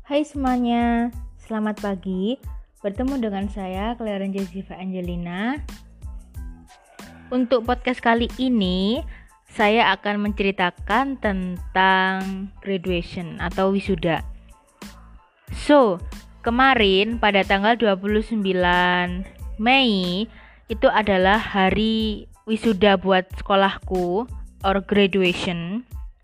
Hai semuanya, selamat pagi. Bertemu dengan saya, Claren Jessica Angelina. Untuk podcast kali ini, saya akan menceritakan tentang graduation atau wisuda. Kemarin pada tanggal 29 Mei itu adalah hari wisuda buat sekolahku or graduation.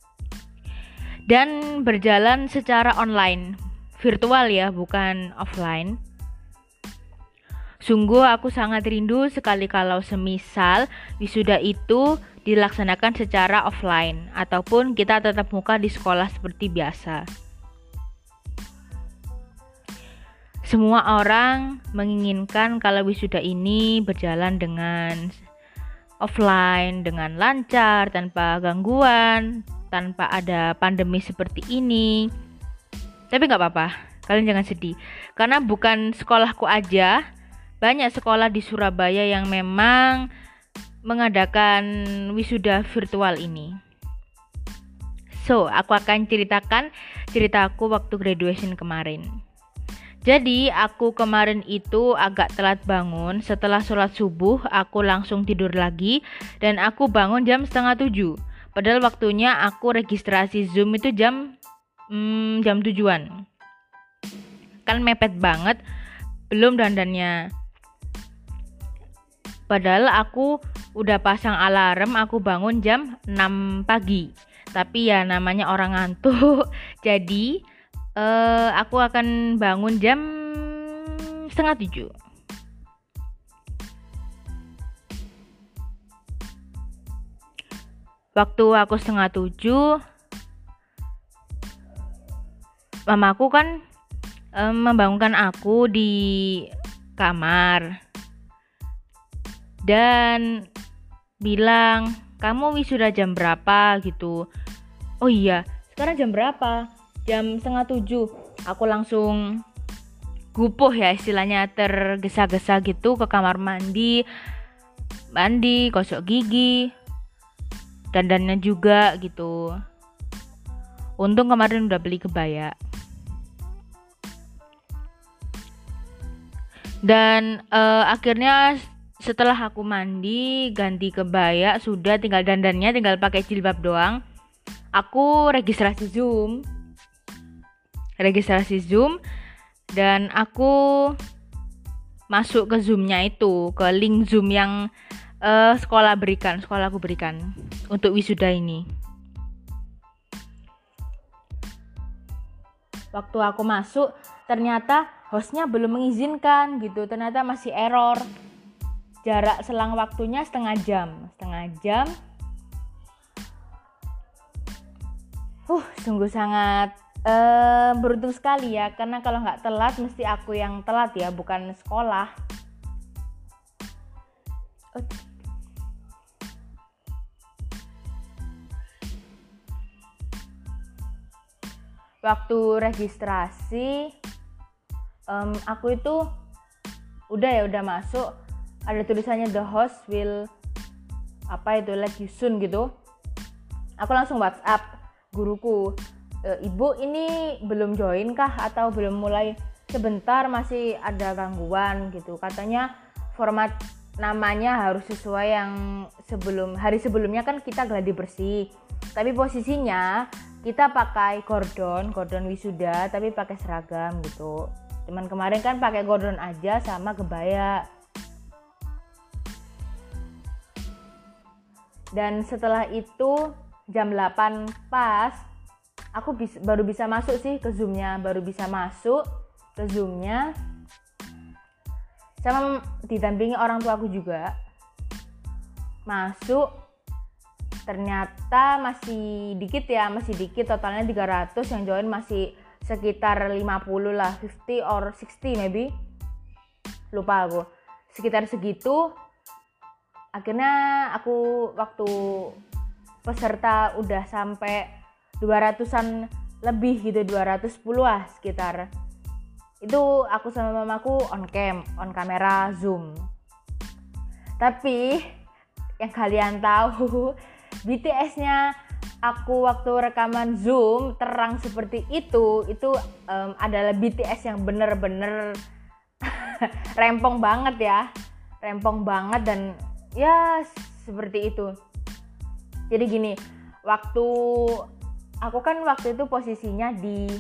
Dan berjalan secara online, virtual ya, bukan offline. Sungguh aku sangat rindu sekali kalau semisal wisuda itu dilaksanakan secara offline ataupun kita tetap muka di sekolah seperti biasa. Semua orang menginginkan kalau wisuda ini berjalan dengan offline, dengan lancar, tanpa gangguan, tanpa ada pandemi seperti ini. Tapi gak apa-apa, kalian jangan sedih. Karena bukan sekolahku aja, banyak sekolah di Surabaya yang memang mengadakan wisuda virtual ini. Aku akan ceritakan ceritaku waktu graduation kemarin. Jadi aku kemarin itu agak telat bangun. Setelah sholat subuh aku langsung tidur lagi. Dan aku bangun jam 6:30. Padahal waktunya aku registrasi Zoom itu jam 7-an. Kan mepet banget. Belum dandannya. Padahal aku udah pasang alarm. Aku bangun jam 6 pagi. Tapi ya namanya orang ngantuk. Jadi aku akan bangun jam 6:30. Waktu aku 6:30, mamaku kan membangunkan aku di kamar dan bilang, kamu wisuda jam berapa gitu. Oh iya, sekarang jam berapa? Jam 6:30. Aku langsung gupuh ya, istilahnya tergesa-gesa gitu ke kamar mandi, gosok gigi, dandannya juga gitu. Untung kemarin udah beli kebaya. Dan akhirnya setelah aku mandi, ganti kebaya, sudah tinggal dandannya, tinggal pakai jilbab doang. Aku registrasi Zoom dan aku masuk ke Zoom-nya itu, ke link Zoom yang sekolahku berikan untuk wisuda ini. Waktu aku masuk, ternyata hostnya belum mengizinkan gitu, ternyata masih error. Jarak selang waktunya setengah jam. Sungguh sangat beruntung sekali ya, karena kalau nggak telat mesti aku yang telat ya, bukan sekolah. Waktu registrasi aku itu udah masuk, ada tulisannya the host will let you soon gitu. Aku langsung WhatsApp guruku, ibu ini belum join kah atau belum mulai? Sebentar, masih ada gangguan gitu. Katanya format namanya harus sesuai yang hari sebelumnya kan kita gladi bersih, tapi posisinya kita pakai gordon wisuda tapi pakai seragam gitu. Cuman kemarin kan pakai gordon aja sama kebaya. Dan setelah itu jam 8 pas aku baru bisa masuk sih ke Zoom-nya, sama didampingi orang tua aku juga. Masuk, ternyata masih dikit, totalnya 300, yang join masih sekitar 50 lah, 50 or 60 maybe, lupa aku, sekitar segitu. Akhirnya aku waktu peserta udah sampai 200-an lebih gitu, 210 lah sekitar. Itu aku sama mamaku on kamera Zoom. Tapi yang kalian tahu, BTS-nya aku waktu rekaman Zoom terang seperti itu adalah BTS yang bener-bener rempong banget ya, rempong banget. Dan ya seperti itu. Jadi gini, waktu itu posisinya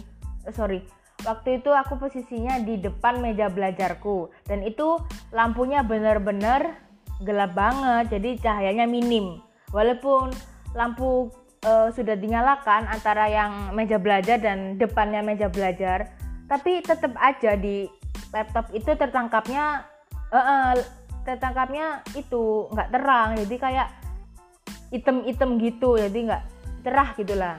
aku posisinya di depan meja belajarku, dan itu lampunya bener-bener gelap banget, jadi cahayanya minim. Walaupun lampu sudah dinyalakan antara yang meja belajar dan depannya meja belajar, tapi tetap aja di laptop itu tertangkapnya itu nggak terang, jadi kayak item-item gitu, jadi nggak cerah gitulah.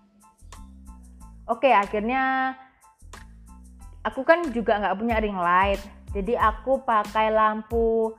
Oke, akhirnya aku kan juga nggak punya ring light, jadi aku pakai lampu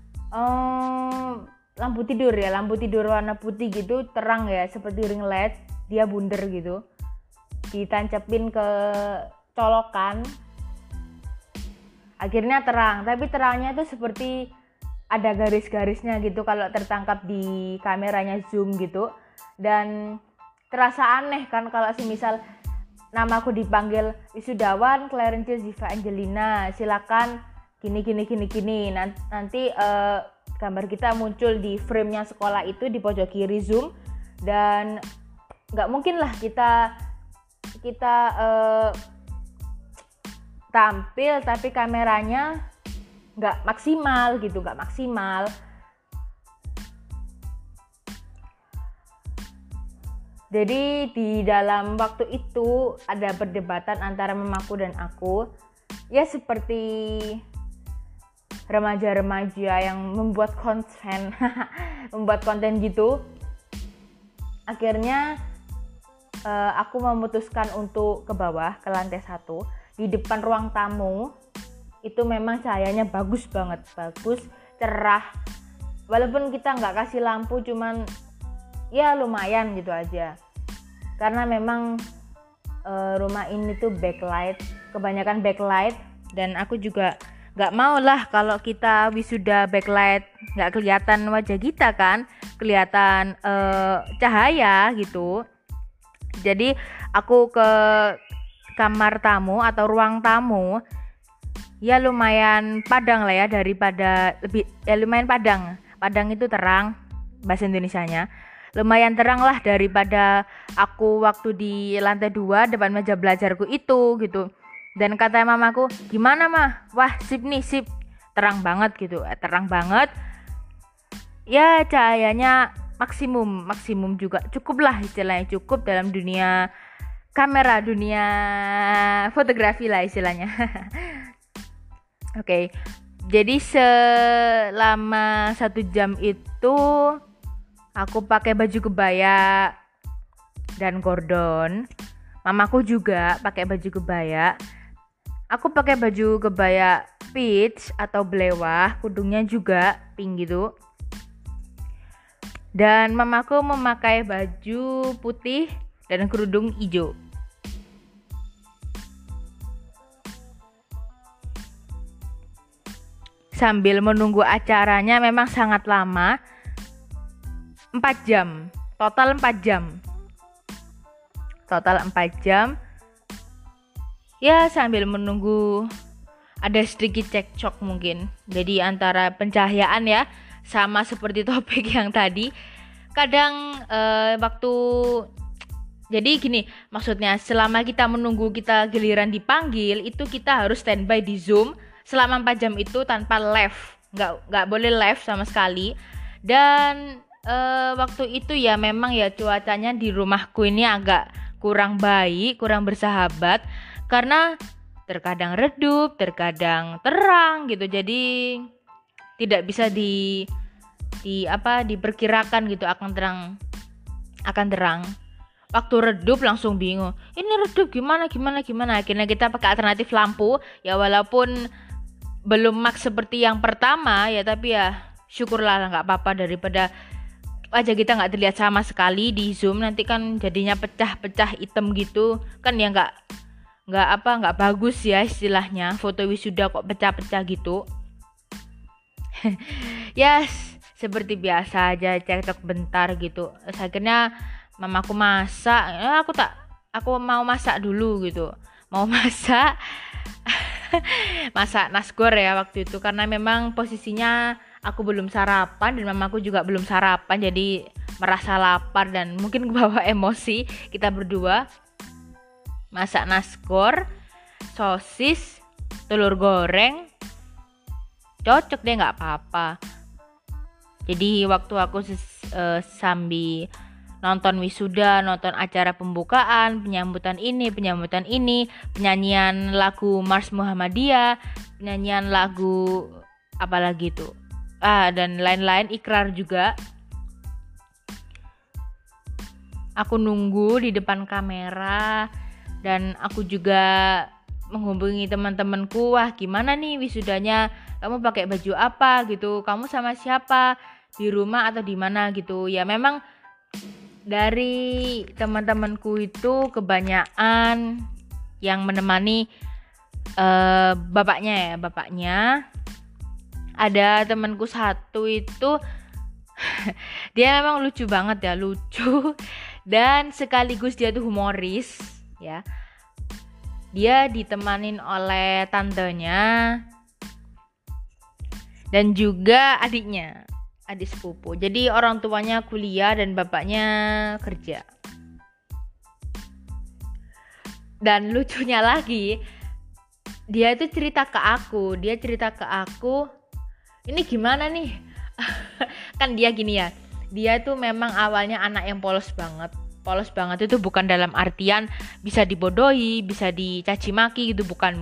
tidur warna putih gitu, terang ya, seperti ring light, dia bundar gitu, ditancapin ke colokan. Akhirnya terang, tapi terangnya itu seperti ada garis-garisnya gitu kalau tertangkap di kameranya Zoom gitu. Dan terasa aneh kan kalau semisal nama aku dipanggil wisudawan Clarence Ziva Angelina, silakan gini. Nanti gambar kita muncul di frame-nya sekolah itu di pojok kiri Zoom, dan nggak mungkin lah kita tampil tapi kameranya nggak maksimal. Jadi di dalam waktu itu ada perdebatan antara mamaku dan aku, ya seperti remaja-remaja yang membuat konten gitu. Akhirnya aku memutuskan untuk ke bawah, ke lantai 1, di depan ruang tamu. Itu memang cahayanya bagus banget, cerah. Walaupun kita nggak kasih lampu, cuman ya lumayan gitu aja. Karena memang rumah ini tuh kebanyakan backlight, dan aku juga nggak mau lah kalau kita wisuda backlight nggak kelihatan wajah kita kan, kelihatan cahaya gitu. Jadi aku ke kamar tamu atau ruang tamu, ya lumayan padang lah ya, lumayan padang itu terang, bahasa Indonesianya lumayan terang lah daripada aku waktu di lantai 2 depan meja belajarku itu gitu. Dan kata mamaku, gimana mah? Wah sip, terang banget gitu, terang banget. Ya cahayanya maksimum juga, cukup lah istilahnya, cukup dalam dunia kamera, dunia fotografi lah istilahnya. Oke, jadi selama 1 jam itu aku pakai baju kebaya dan gordon. Mamaku juga pakai baju kebaya. Aku pakai baju kebaya peach atau belewah, kudungnya juga pink gitu. Dan mamaku memakai baju putih dan kerudung hijau. Sambil menunggu acaranya memang sangat lama, 4 jam, total 4 jam. Ya sambil menunggu ada sedikit cekcok mungkin, jadi antara pencahayaan ya, sama seperti topik yang tadi. Kadang jadi gini, maksudnya selama kita menunggu kita giliran dipanggil, itu kita harus standby di Zoom selama 4 jam itu tanpa live, nggak boleh live sama sekali. Dan waktu itu ya memang ya cuacanya di rumahku ini agak kurang baik, kurang bersahabat, karena terkadang redup, terkadang terang gitu. Jadi tidak bisa diperkirakan gitu akan terang. Waktu redup langsung bingung, ini redup gimana. Akhirnya kita pakai alternatif lampu ya, walaupun belum max seperti yang pertama ya, tapi ya syukurlah nggak apa-apa, daripada wajah kita nggak terlihat sama sekali di Zoom, nanti kan jadinya pecah-pecah hitam gitu kan ya, nggak bagus ya istilahnya, foto wisuda kok pecah-pecah gitu. Yes, seperti biasa aja, cekcok bentar gitu. Akhirnya mamaku masak, aku mau masak dulu gitu, mau masak masak nasgor ya waktu itu, karena memang posisinya aku belum sarapan dan mamaku juga belum sarapan, jadi merasa lapar dan mungkin kebawa emosi, kita berdua masak nasgor, sosis, telur goreng, cocok deh, nggak apa-apa. Jadi waktu aku sambil nonton wisuda, nonton acara pembukaan, penyambutan ini, penyanyian lagu Mars Muhammadiyah, penyanyian lagu apalagi itu, dan lain-lain, ikrar juga. Aku nunggu di depan kamera dan aku juga menghubungi teman-temanku, wah gimana nih wisudanya, kamu pakai baju apa gitu, kamu sama siapa, di rumah atau di mana gitu. Ya memang dari teman-temanku itu kebanyakan yang menemani bapaknya. Ada temanku satu itu dia memang lucu banget ya, lucu dan sekaligus dia tuh humoris ya. Dia ditemanin oleh tantenya dan juga adiknya, adik sepupu. Jadi orang tuanya kuliah dan bapaknya kerja. Dan lucunya lagi, dia itu cerita ke aku, ini gimana nih? Kan dia gini ya, dia tuh memang awalnya anak yang polos banget. Polos banget itu bukan dalam artian bisa dibodohi, bisa dicaci maki gitu, bukan.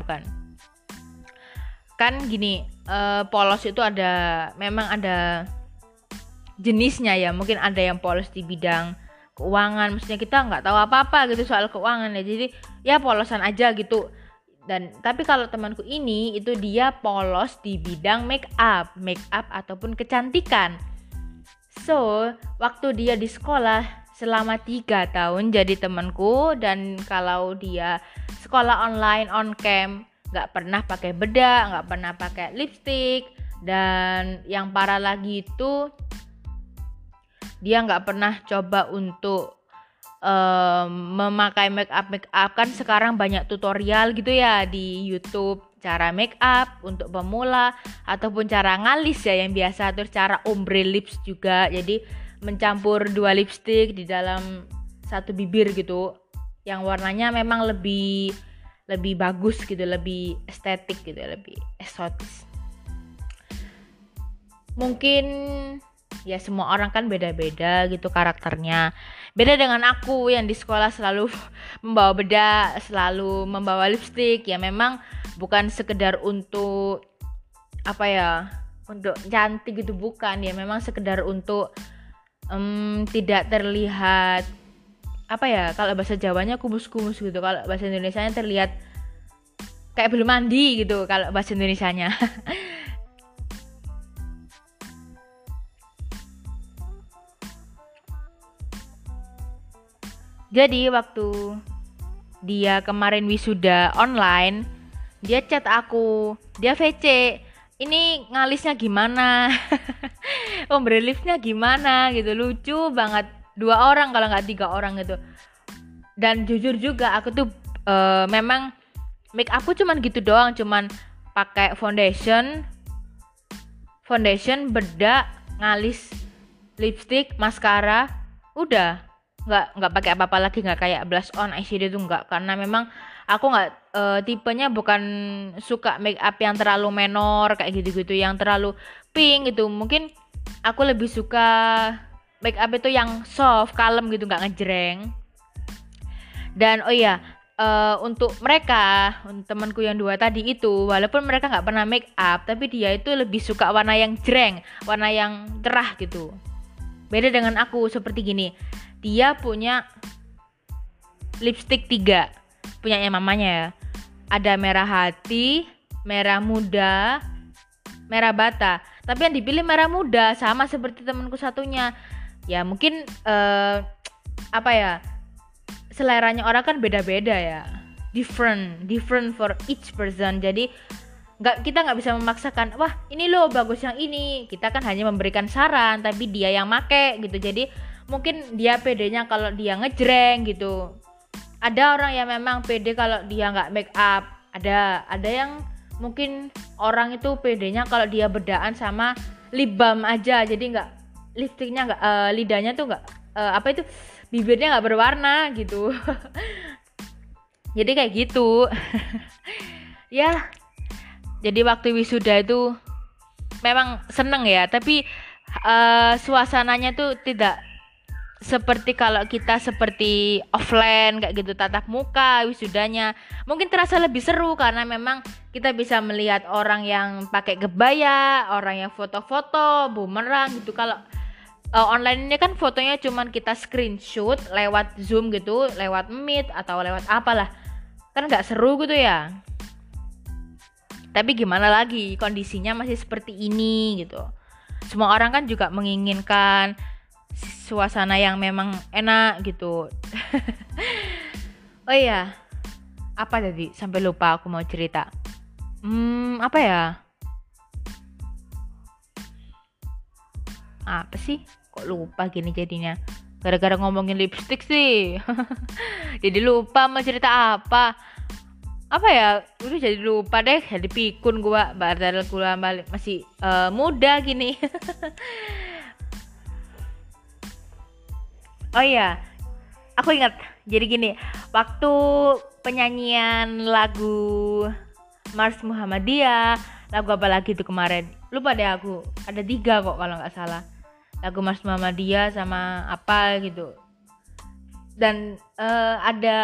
Kan gini, polos itu memang ada jenisnya ya. Mungkin ada yang polos di bidang keuangan, maksudnya kita nggak tahu apa-apa gitu soal keuangan ya, jadi ya polosan aja gitu. Tapi kalau temanku ini itu dia polos di bidang make up ataupun kecantikan. So waktu dia di sekolah selama 3 tahun jadi temanku, dan kalau dia sekolah online on cam nggak pernah pakai bedak, nggak pernah pakai lipstick, dan yang parah lagi itu dia nggak pernah coba untuk memakai make up. Kan sekarang banyak tutorial gitu ya di YouTube, cara make up untuk pemula ataupun cara ngalis ya yang biasa, terus cara ombre lips juga, jadi mencampur 2 lipstick di dalam satu bibir gitu, yang warnanya memang lebih bagus gitu, lebih estetik gitu, lebih eksotis. Mungkin ya semua orang kan beda-beda gitu karakternya. Beda dengan aku yang di sekolah selalu membawa bedak, selalu membawa lipstick. Ya memang bukan sekedar untuk untuk cantik gitu, bukan. Ya memang sekedar untuk tidak terlihat kalau bahasa Jawanya kumus-kumus gitu, kalau bahasa Indonesianya terlihat kayak belum mandi gitu kalau bahasa Indonesianya. Jadi waktu dia kemarin wisuda online, dia chat aku, dia VC, ini ngalisnya gimana, ombre lipsnya gimana gitu, lucu banget, 2 orang kalau nggak 3 orang gitu. Dan jujur juga aku tuh memang make upku cuman gitu doang, cuman pakai foundation, bedak, ngalis, lipstick, maskara, udah. Nggak pakai apa-apa lagi, nggak kayak blush on, eyeshadow itu nggak, karena memang aku nggak tipenya bukan suka make up yang terlalu menor kayak gitu-gitu, yang terlalu pink gitu. Mungkin aku lebih suka make up itu yang soft, kalem gitu, nggak ngejreng. Dan untuk mereka, temanku yang 2 tadi itu, walaupun mereka nggak pernah make up, tapi dia itu lebih suka warna yang jreng, warna yang cerah gitu. Beda dengan aku seperti gini. Dia punya lipstick 3, punyanya mamanya ya. Ada merah hati, merah muda, merah bata. Tapi yang dipilih merah muda, sama seperti temanku satunya. Ya mungkin seleranya orang kan beda-beda ya. Different for each person. Jadi kita nggak bisa memaksakan, wah ini loh bagus yang ini. Kita kan hanya memberikan saran, tapi dia yang make gitu. Jadi mungkin dia pedenya kalau dia ngejreng gitu. Ada orang yang memang pede kalau dia nggak make up. Ada yang mungkin orang itu pedenya kalau dia bedaan sama lip balm aja, jadi nggak lipstiknya nggak lidahnya tuh nggak bibirnya nggak berwarna gitu. Jadi kayak gitu. Ya, jadi waktu wisuda itu memang seneng ya, tapi suasananya tuh tidak seperti kalau kita seperti offline kayak gitu, tatap muka wisudanya. Mungkin terasa lebih seru karena memang kita bisa melihat orang yang pakai kebaya, orang yang foto-foto, bumerang gitu. Kalau online ini kan fotonya cuman kita screenshot lewat Zoom gitu, lewat Meet atau lewat apalah. Kan nggak seru gitu ya. Tapi gimana lagi, kondisinya masih seperti ini gitu. Semua orang kan juga menginginkan suasana yang memang enak gitu. Oh iya, apa tadi? Sampai lupa aku mau cerita. Apa ya? Apa sih? Kok lupa gini jadinya? Gara-gara ngomongin lipstick sih. Jadi lupa mau cerita apa. Apa ya? Udah jadi lupa deh. Jadi pikun gua. Padahal gua masih muda gini. Oh iya, aku ingat. Jadi gini, waktu penyanyian lagu Mars Muhammadiyah, lagu apa lagi tuh kemarin? Lupa deh aku. Ada 3 kok kalau nggak salah. Lagu Mars Muhammadiyah sama apa gitu. Dan ada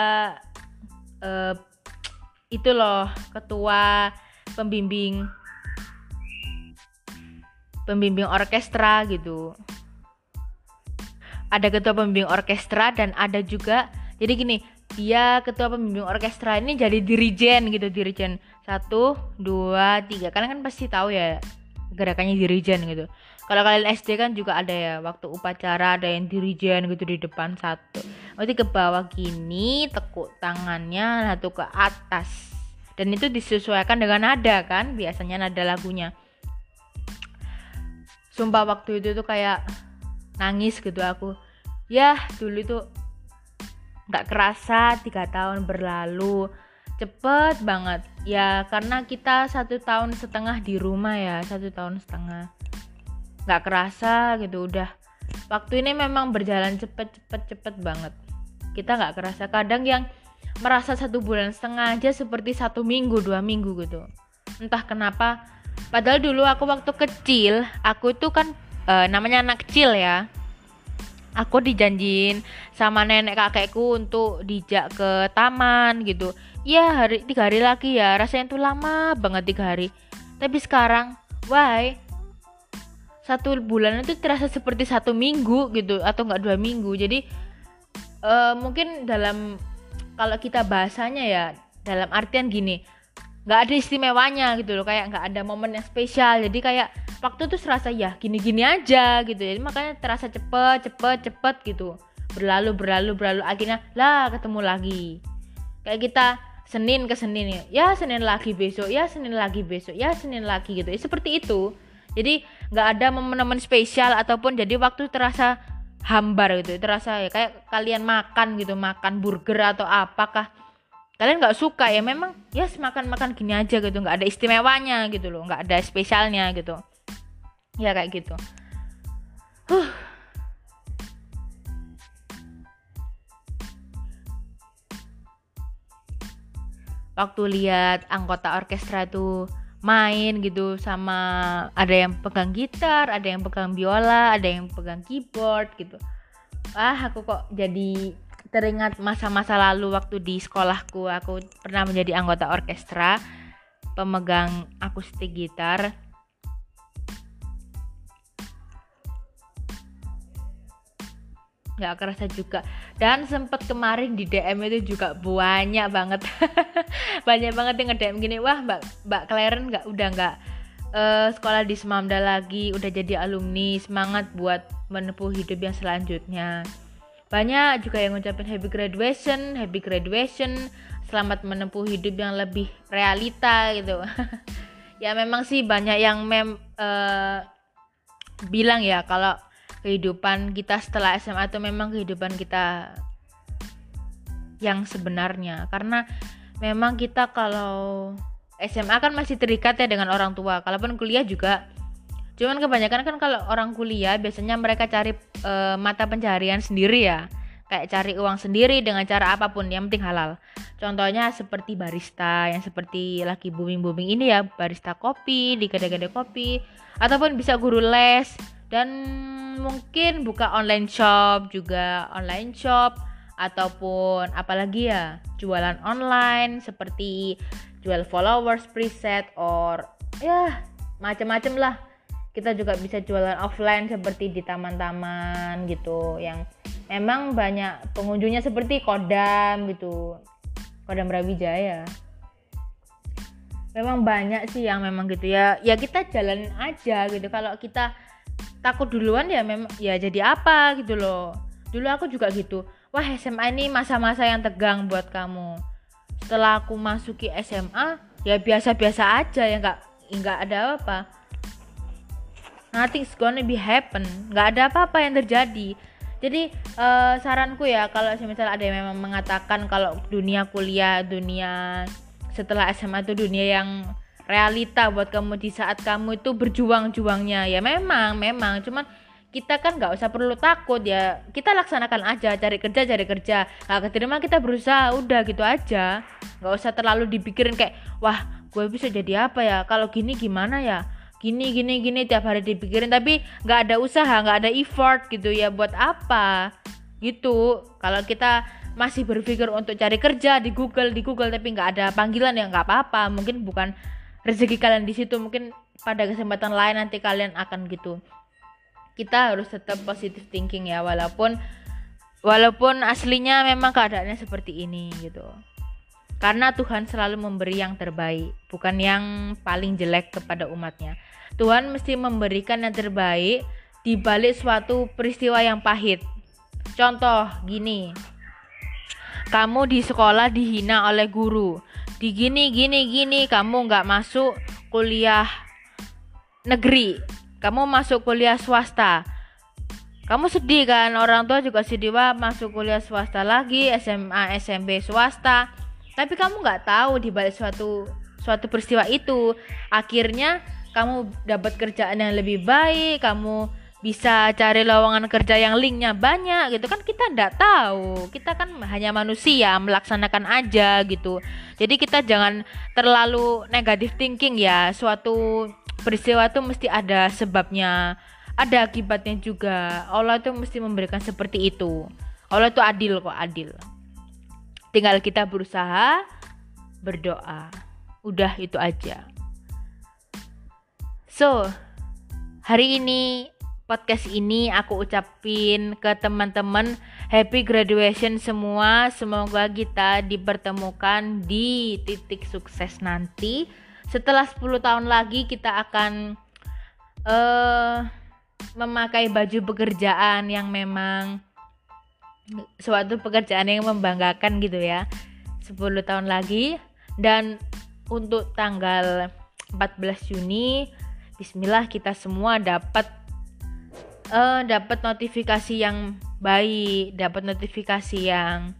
itu loh, ketua pembimbing orkestra gitu. Ada ketua pembimbing orkestra dan ada juga, jadi gini, dia ketua pembimbing orkestra ini jadi dirijen gitu, dirijen 1, 2, 3. Kalian kan pasti tahu ya gerakannya dirijen gitu. Kalau kalian SD kan juga ada ya, waktu upacara ada yang dirijen gitu di depan satu. Nanti ke bawah gini, tekuk tangannya satu ke atas. Dan itu disesuaikan dengan nada kan, biasanya nada lagunya. Sumpah waktu itu tuh kayak nangis gitu aku. Ya dulu tuh gak kerasa 3 tahun berlalu, cepet banget ya, karena kita 1,5 tahun di rumah ya, 1,5 tahun. Gak kerasa gitu, udah waktu ini memang berjalan cepet banget. Kita gak kerasa, kadang yang merasa 1,5 bulan aja seperti 1 minggu 2 minggu gitu, entah kenapa. Padahal dulu aku waktu kecil, aku itu kan namanya anak kecil ya, aku dijanjiin sama nenek kakekku untuk dijak ke taman gitu. Ya 3 hari lagi ya, rasanya tuh lama banget 3 hari. Tapi sekarang, why 1 bulan itu terasa seperti 1 minggu gitu, atau enggak 2 minggu. Jadi mungkin dalam, kalau kita bahasanya ya, dalam artian gini, nggak ada istimewanya gitu loh, kayak nggak ada momen yang spesial. Jadi kayak waktu tuh serasa ya gini-gini aja gitu. Jadi makanya terasa cepet gitu, berlalu, akhirnya lah ketemu lagi. Kayak kita Senin ke Senin ya, Senin lagi besok, ya Senin lagi besok, ya Senin lagi gitu ya, seperti itu. Jadi nggak ada momen-momen spesial, ataupun jadi waktu terasa hambar gitu, terasa ya kayak kalian makan gitu, makan burger atau apakah kalian nggak suka ya, memang ya makan gini aja gitu, nggak ada istimewanya gitu loh, nggak ada spesialnya gitu ya, kayak gitu. Waktu lihat anggota orkestra tuh main gitu, sama ada yang pegang gitar, ada yang pegang biola, ada yang pegang keyboard gitu. Aku kok jadi teringat masa-masa lalu waktu di sekolahku. Aku pernah menjadi anggota orkestra, pemegang akustik gitar. Gak kerasa juga. Dan sempat kemarin di DM itu juga banyak banget banyak banget yang nge-DM gini, wah Mbak Claren udah nggak sekolah di Semamda lagi, udah jadi alumni, semangat buat menempuh hidup yang selanjutnya. Banyak juga yang ngucapin happy graduation, selamat menempuh hidup yang lebih realita gitu. Ya memang sih banyak yang bilang ya, kalau kehidupan kita setelah SMA itu memang kehidupan kita yang sebenarnya. Karena memang kita kalau SMA kan masih terikat ya dengan orang tua. Kalaupun kuliah juga. Cuman kebanyakan kan kalau orang kuliah biasanya mereka cari mata pencaharian sendiri ya. Kayak cari uang sendiri dengan cara apapun, yang penting halal. Contohnya seperti barista yang seperti lagi booming-booming ini ya, barista kopi di kedai-kedai kopi, ataupun bisa guru les, dan mungkin buka online shop juga, online shop, ataupun apalagi ya, jualan online seperti jual followers preset or ya macam-macam lah. Kita juga bisa jualan offline seperti di taman-taman gitu yang memang banyak pengunjungnya, seperti Kodam gitu, Kodam Brawijaya. Memang banyak sih yang memang gitu ya. Ya kita jalanin aja gitu. Kalau kita takut duluan ya memang ya jadi apa gitu loh. Dulu aku juga gitu. Wah, SMA ini masa-masa yang tegang buat kamu. Setelah aku masuki SMA ya biasa-biasa aja ya, nggak ada apa. Nothing's gonna be happen, nggak ada apa-apa yang terjadi. Jadi saranku ya, kalau misalnya ada yang memang mengatakan kalau dunia kuliah, dunia setelah SMA itu dunia yang realita buat kamu di saat kamu itu berjuang-juangnya, ya memang cuman kita kan nggak usah perlu takut ya, kita laksanakan aja, cari kerja, nggak keterima kita berusaha, udah gitu aja, nggak usah terlalu dipikirin kayak wah gue bisa jadi apa ya, kalau gini gimana ya, gini tiap hari dipikirin tapi nggak ada usaha, nggak ada effort gitu ya, buat apa gitu. Kalau kita masih berpikir untuk cari kerja di Google tapi nggak ada panggilan ya nggak apa-apa, mungkin bukan rezeki kalian di situ, mungkin pada kesempatan lain nanti kalian akan gitu. Kita harus tetap positive thinking ya, walaupun aslinya memang keadaannya seperti ini gitu. Karena Tuhan selalu memberi yang terbaik, bukan yang paling jelek kepada umatnya. Tuhan mesti memberikan yang terbaik di balik suatu peristiwa yang pahit. Contoh gini, kamu di sekolah dihina oleh guru, di gini, kamu nggak masuk kuliah negeri, kamu masuk kuliah swasta. Kamu sedih kan, orang tua juga sedih, wah masuk kuliah swasta lagi, SMA, SMP swasta. Tapi kamu nggak tahu di balik suatu peristiwa itu akhirnya kamu dapat kerjaan yang lebih baik, kamu bisa cari lowongan kerja yang linknya banyak gitu kan. Kita nggak tahu, kita kan hanya manusia, melaksanakan aja gitu. Jadi kita jangan terlalu negative thinking ya, suatu peristiwa itu mesti ada sebabnya, ada akibatnya juga. Allah itu mesti memberikan seperti itu. Allah itu adil kok, adil. Tinggal kita berusaha, berdoa. Udah itu aja. So, hari ini podcast ini aku ucapin ke teman-teman happy graduation semua. Semoga kita dipertemukan di titik sukses nanti. Setelah 10 tahun lagi kita akan memakai baju pekerjaan yang memang suatu pekerjaan yang membanggakan gitu ya, 10 tahun lagi. Dan untuk tanggal 14 Juni bismillah kita semua dapat notifikasi yang baik, dapat notifikasi yang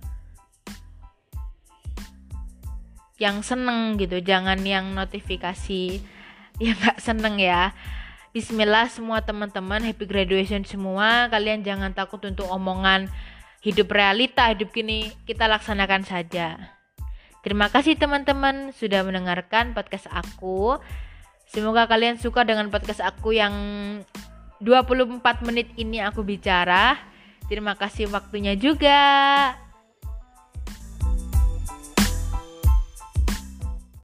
seneng gitu, jangan yang notifikasi yang gak seneng ya. Bismillah semua teman-teman, happy graduation semua. Kalian jangan takut untuk omongan hidup realita, hidup gini kita laksanakan saja. Terima kasih teman-teman sudah mendengarkan podcast aku. Semoga kalian suka dengan podcast aku yang 24 menit ini aku bicara. Terima kasih waktunya juga.